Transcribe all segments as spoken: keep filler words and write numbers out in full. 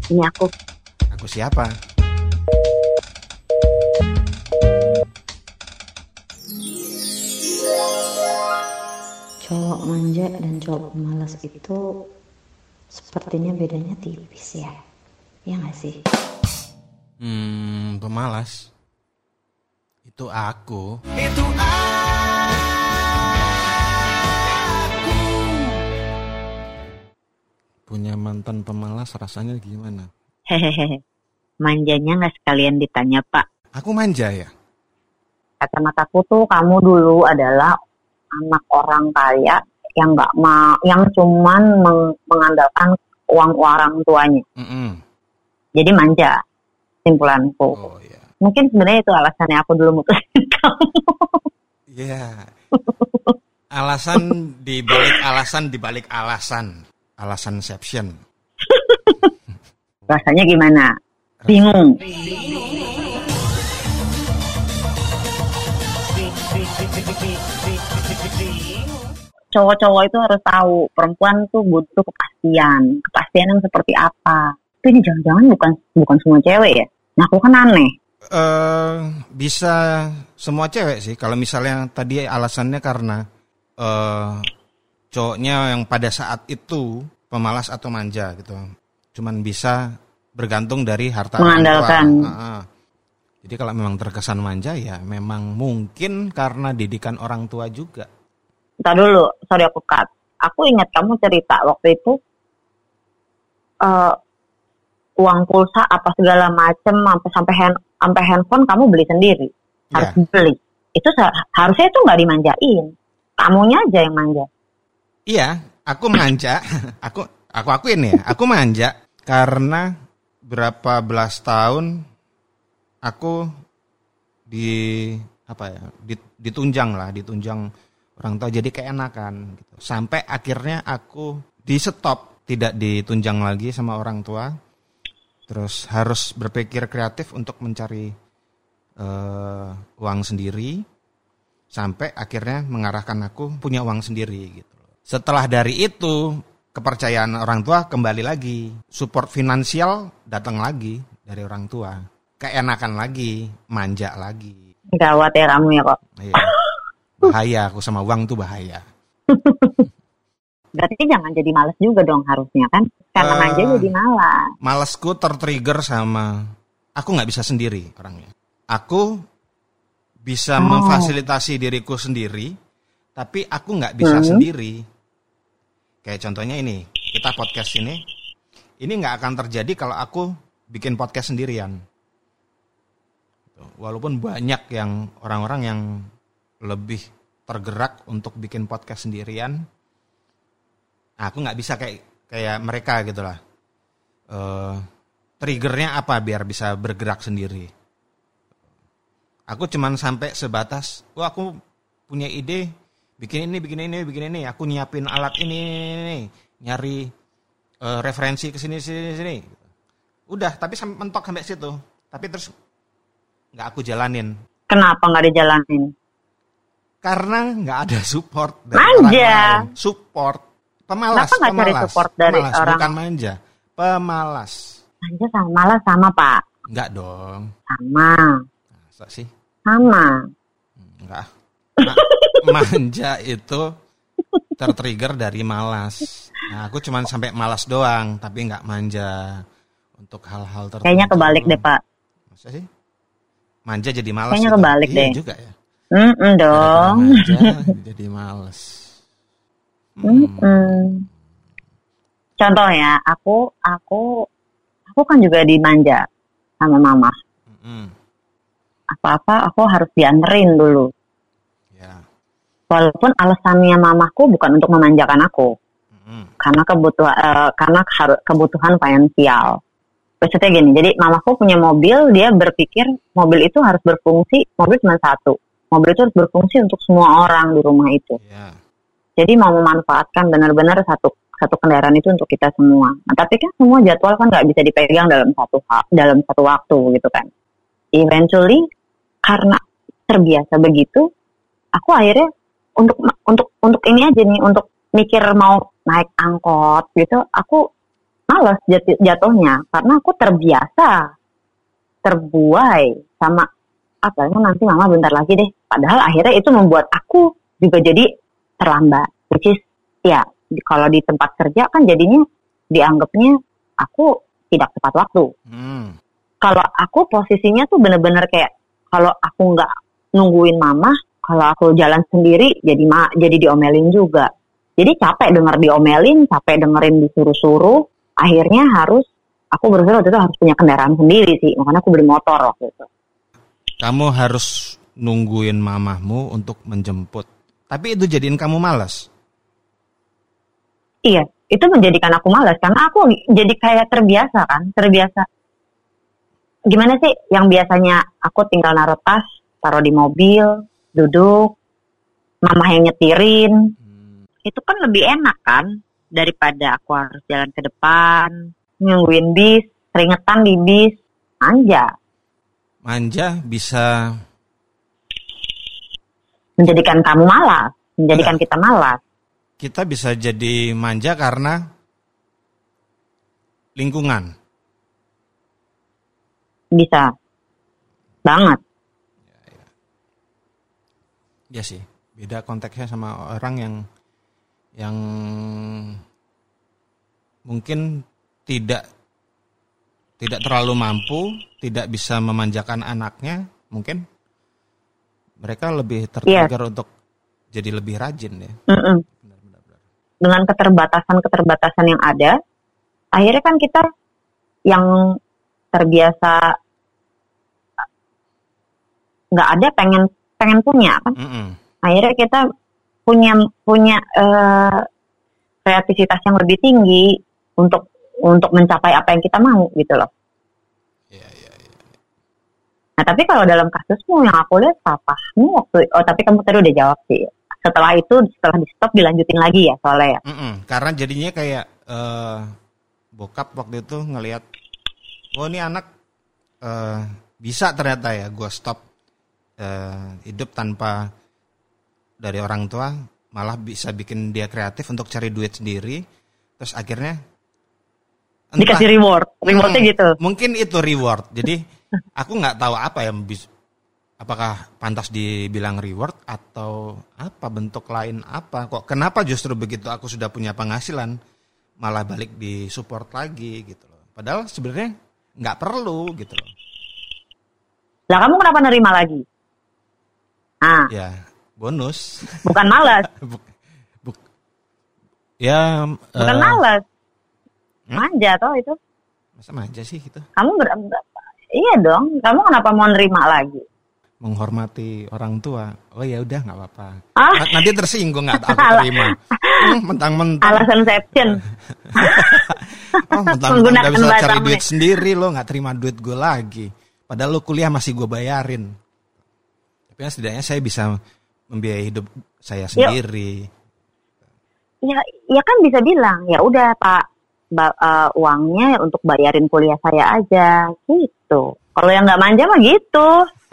Ini aku. Aku siapa? Cowok manja dan cowok malas itu sepertinya bedanya tipis ya. Iya gak sih? Hmm, pemalas. Itu aku. Itu aku. Punya mantan pemalas rasanya gimana? Hehehe. Manjanya gak sekalian ditanya, Pak. Aku manja ya? Kata-kataku tuh kamu dulu adalah anak orang kaya yang nggak ma, yang cuman meng, mengandalkan uang orang tuanya. Mm-mm. Jadi manja, simpulanku. Oh iya. Mungkin sebenarnya itu alasannya aku dulu mutusin kamu. Iya. Yeah. Alasan dibalik alasan dibalik alasan, alasanception. Rasanya gimana? Bingung. Cowok-cowok itu harus tahu perempuan tuh butuh kepastian, kepastian yang seperti apa. Tapi ini jangan-jangan bukan bukan semua cewek ya. Nah aku kan aneh. Uh, bisa semua cewek sih. Kalau misalnya tadi alasannya karena uh, cowoknya yang pada saat itu pemalas atau manja gitu, cuman bisa bergantung dari harta mengandalkan. orang tua. Uh-uh. Jadi kalau memang terkesan manja ya memang mungkin karena didikan orang tua juga. Entar dulu, sorry aku cut. Aku ingat kamu cerita waktu itu uh, uang pulsa apa segala macem sampai sampai hand, sampai handphone kamu beli sendiri. Harus yeah. beli. Itu harusnya itu nggak dimanjain. Kamunya aja yang manja. Iya, aku manja. aku aku akuin ya, aku manja karena berapa belas tahun aku di apa ya, ditunjang lah, ditunjang orang tua jadi keenakan gitu. Sampai akhirnya aku di stop, tidak ditunjang lagi sama orang tua. Terus harus berpikir kreatif untuk mencari uh, uang sendiri. Sampai akhirnya mengarahkan aku punya uang sendiri gitu. Setelah dari itu, kepercayaan orang tua kembali lagi. Support finansial datang lagi dari orang tua. Keenakan lagi, manja lagi. Gawat ya kamu ya kok. Iya. Bahaya, aku sama uang tuh bahaya. Berarti jangan jadi malas juga dong harusnya kan? Karena uh, manja jadi malas. Malasku tertrigger sama aku nggak bisa sendiri orangnya. Aku bisa oh. memfasilitasi diriku sendiri, tapi aku nggak bisa hmm. sendiri. Kayak contohnya ini, kita podcast ini, ini nggak akan terjadi kalau aku bikin podcast sendirian. Walaupun banyak yang orang-orang yang lebih tergerak untuk bikin podcast sendirian, aku nggak bisa kayak kayak mereka gitulah. Uh, triggernya apa biar bisa bergerak sendiri? Aku cuman sampai sebatas, wah aku punya ide, bikin ini, bikin ini, bikin ini. Aku nyiapin alat ini, ini, ini. Nyari uh, referensi ke sini, sini, sini. Udah, tapi sampai mentok sampai situ. Tapi terus nggak aku jalanin. Kenapa nggak dijalanin? Karena nggak ada support dari manja. Orang lain. Support. Pemalas. Kenapa nggak cari support dari pemalas, orang? Bukan manja. Pemalas. Manja sama malas sama, Pak? Enggak dong. Sama. Masa sih? Sama. Enggak. Ma- manja itu tertrigger dari malas. Nah, aku cuma sampai malas doang, tapi nggak manja untuk hal-hal tertentu. Kayaknya kebalik deh, Pak. Masa sih? Manja jadi malas. Kayaknya gitu. kebalik iya deh. Juga ya. Mm dong. Manja jadi malas. Hmm. Contoh ya, aku aku aku kan juga dimanja sama mama. Mm. Apa-apa aku harus dianterin dulu. Ya. Walaupun alasannya mamaku bukan untuk memanjakan aku, mm. karena kebutuhan uh, karena harus kebutuhan finansial. Maksudnya gini, jadi mamaku punya mobil, dia berpikir mobil itu harus berfungsi, mobil cuma satu. Mobil itu harus berfungsi untuk semua orang di rumah itu. Yeah. Jadi mau memanfaatkan benar-benar satu satu kendaraan itu untuk kita semua. Nah, tapi kan semua jadwal kan nggak bisa dipegang dalam satu dalam satu waktu gitu kan. Eventually karena terbiasa begitu, aku akhirnya untuk untuk untuk ini aja nih, untuk mikir mau naik angkot gitu, aku Males jati- jatuhnya karena aku terbiasa, terbuai sama apa ya nanti mama bentar lagi deh. Padahal akhirnya itu membuat aku juga jadi terlambat. Which is ya di- kalau di tempat kerja kan jadinya dianggapnya aku tidak tepat waktu. Hmm. Kalau aku posisinya tuh bener-bener kayak kalau aku nggak nungguin mama, kalau aku jalan sendiri jadi ma- jadi diomelin juga. Jadi capek denger diomelin, capek dengerin disuruh-suruh. Akhirnya harus aku berpikir waktu itu harus punya kendaraan sendiri sih, makanya aku beli motor waktu itu. Kamu harus nungguin mamahmu untuk menjemput. Tapi itu jadiin kamu malas. Iya, itu menjadikan aku malas karena aku jadi kayak terbiasa kan, terbiasa. Gimana sih yang biasanya aku tinggal naruh tas, taruh di mobil, duduk, mama yang nyetirin. Hmm. Itu kan lebih enak kan daripada aku harus jalan ke depan, nungguin bis, keringetan di bis, manja. Manja bisa Menjadikan kamu malas, menjadikan kita malas. kita bisa jadi manja karena lingkungan. Bisa. Banget. Ya sih, beda konteksnya sama orang yang yang mungkin tidak tidak terlalu mampu, tidak bisa memanjakan anaknya, mungkin mereka lebih tertrigger untuk jadi lebih rajin ya. Mm-mm. Benar-benar. Dengan keterbatasan-keterbatasan yang ada, akhirnya kan kita yang terbiasa nggak ada pengen pengen punya kan. Mm-mm. Akhirnya kita punya punya eh, kreativitas yang lebih tinggi untuk untuk mencapai apa yang kita mau gitu loh. Iya, iya, iya. Nah tapi kalau dalam kasusmu yang aku lihat papahmu waktu oh tapi kamu tadi udah jawab sih. Setelah itu setelah di stop dilanjutin lagi ya soalnya ya. Mm-mm. Karena jadinya kayak eh, bokap waktu itu ngelihat, oh ini anak eh, bisa ternyata ya, gue stop Uh, hidup tanpa dari orang tua, malah bisa bikin dia kreatif untuk cari duit sendiri. Terus akhirnya entah, Dikasih reward, rewardnya hmm, gitu. mungkin itu reward. Jadi aku nggak tahu apa yang bis, apakah pantas dibilang reward atau apa bentuk lain apa. Kok kenapa justru begitu aku sudah punya penghasilan malah balik di support lagi gitu loh. Padahal sebenarnya nggak perlu gitu loh. Lah kamu kenapa nerima lagi? Ah, Ya, bonus. bukan malas, Buk, buk, ya, bukan eh, malas. hmm? Manja toh itu. Masa manja sih itu? Kamu ber, iya dong. Kamu kenapa mau nerima lagi? Menghormati orang tua. Oh ya udah nggak apa-apa. Ah. N- Nanti tersinggung nggak aku terima. Hmm, mentang-mentang. Alasan seption. Oh mentang-mentang Menggunakan nggak bisa bahasa cari meneh. duit sendiri lo nggak terima duit gue lagi. Padahal lo kuliah masih gue bayarin. Tapi kan setidaknya saya bisa membiayai hidup saya sendiri. Ya, ya kan bisa bilang, ya udah Pak, ba- uh, uangnya untuk bayarin kuliah saya aja, gitu. Kalau yang nggak manja mah gitu.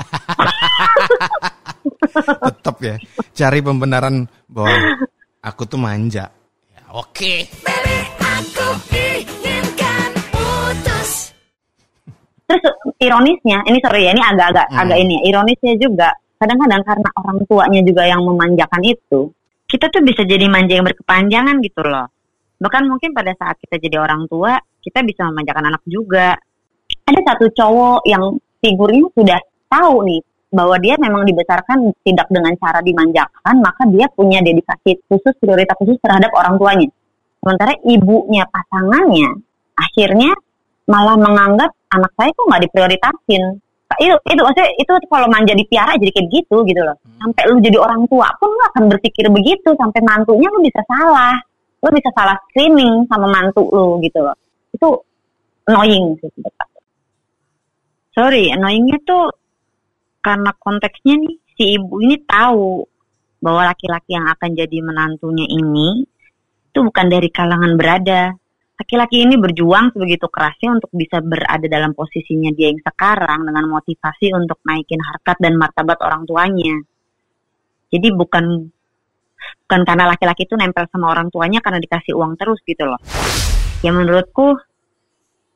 Tetap ya cari pembenaran bahwa aku tuh manja. Ya, oke. Baby, aku inginkan putus. Terus ironisnya, ini sorry ya, ini agak-agak Hmm. agak ini, ya, ironisnya juga, kadang-kadang karena orang tuanya juga yang memanjakan itu, kita tuh bisa jadi manja yang berkepanjangan gitu loh. Bahkan mungkin pada saat kita jadi orang tua, kita bisa memanjakan anak juga. Ada satu cowok yang figurnya sudah tahu nih, bahwa dia memang dibesarkan tidak dengan cara dimanjakan, maka dia punya dedikasi khusus, prioritas khusus terhadap orang tuanya. Sementara ibunya pasangannya, akhirnya malah menganggap anak saya kok nggak diprioritasin. Itu, itu maksudnya itu kalau manja dipiara jadi kayak gitu gitu loh. Sampai lu jadi orang tua pun lu akan berpikir begitu, sampai mantunya lu bisa salah. Lu bisa salah screening sama mantu lu gitu loh. Itu annoying sih sebetulnya. Sorry, annoyingnya tuh karena konteksnya nih si ibu ini tahu bahwa laki-laki yang akan jadi menantunya ini itu bukan dari kalangan berada. Laki-laki ini berjuang sebegitu kerasnya untuk bisa berada dalam posisinya dia yang sekarang dengan motivasi untuk naikin harkat dan martabat orang tuanya. Jadi bukan bukan karena laki-laki itu nempel sama orang tuanya karena dikasih uang terus gitu loh. Ya menurutku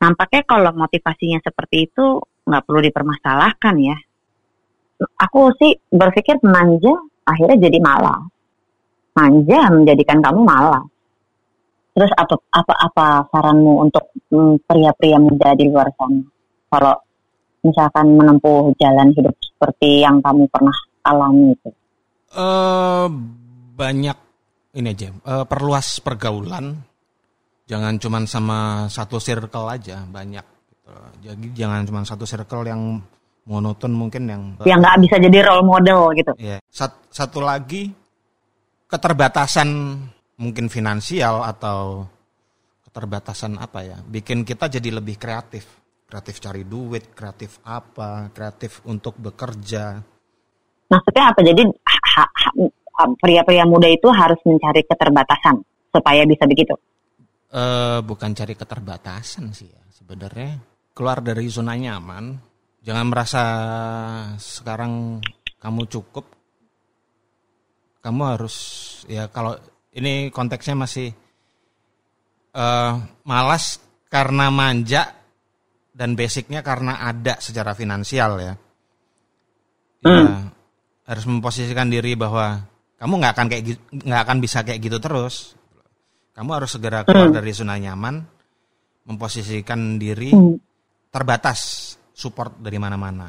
Nampaknya kalau motivasinya seperti itu nggak perlu dipermasalahkan ya. Aku sih berpikir manja akhirnya jadi malas. Manja menjadikan kamu malas. Terus apa apa apa saranmu untuk mm, pria-pria muda di luar sana? Kalau misalkan menempuh jalan hidup seperti yang kamu pernah alami itu. Uh, banyak ini aja, uh, perluas pergaulan. Jangan cuma sama satu circle aja, banyak. Gitu. Jadi jangan cuma satu circle yang monoton mungkin yang yang nggak bisa jadi role model gitu. Iya. Sat, satu lagi keterbatasan mungkin finansial atau keterbatasan apa ya, bikin kita jadi lebih kreatif, kreatif cari duit, kreatif apa, kreatif untuk bekerja. Maksudnya apa? Jadi ha, ha, pria-pria muda itu harus mencari keterbatasan supaya bisa begitu. Uh, bukan cari keterbatasan sih ya, sebenarnya keluar dari zona nyaman. Jangan merasa sekarang kamu cukup. Kamu harus ya, kalau ini konteksnya masih uh, malas karena manja dan basicnya karena ada secara finansial ya. Ya hmm. harus memposisikan diri bahwa kamu nggak akan kayak nggak akan bisa kayak gitu terus. Kamu harus segera keluar hmm. dari zona nyaman, memposisikan diri hmm. terbatas, support dari mana-mana.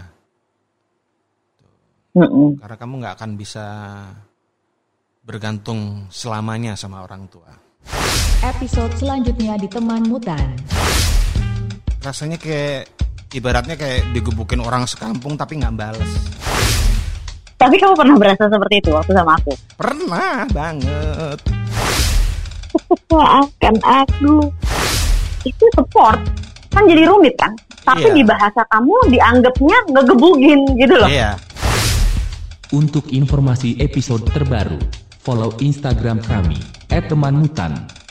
Hmm. Karena kamu nggak akan bisa bergantung selamanya sama orang tua. Episode selanjutnya di Teman Mutan. Rasanya kayak ibaratnya kayak digebukin orang sekampung tapi nggak bales. Tapi kamu pernah berasa seperti itu waktu sama aku? Pernah banget. Maafkan aku. Itu support kan jadi rumit kan. Tapi iya. Di bahasa kamu dianggapnya ngegebugin gitu loh. Iya. Untuk informasi episode terbaru, follow Instagram kami et teman mutan.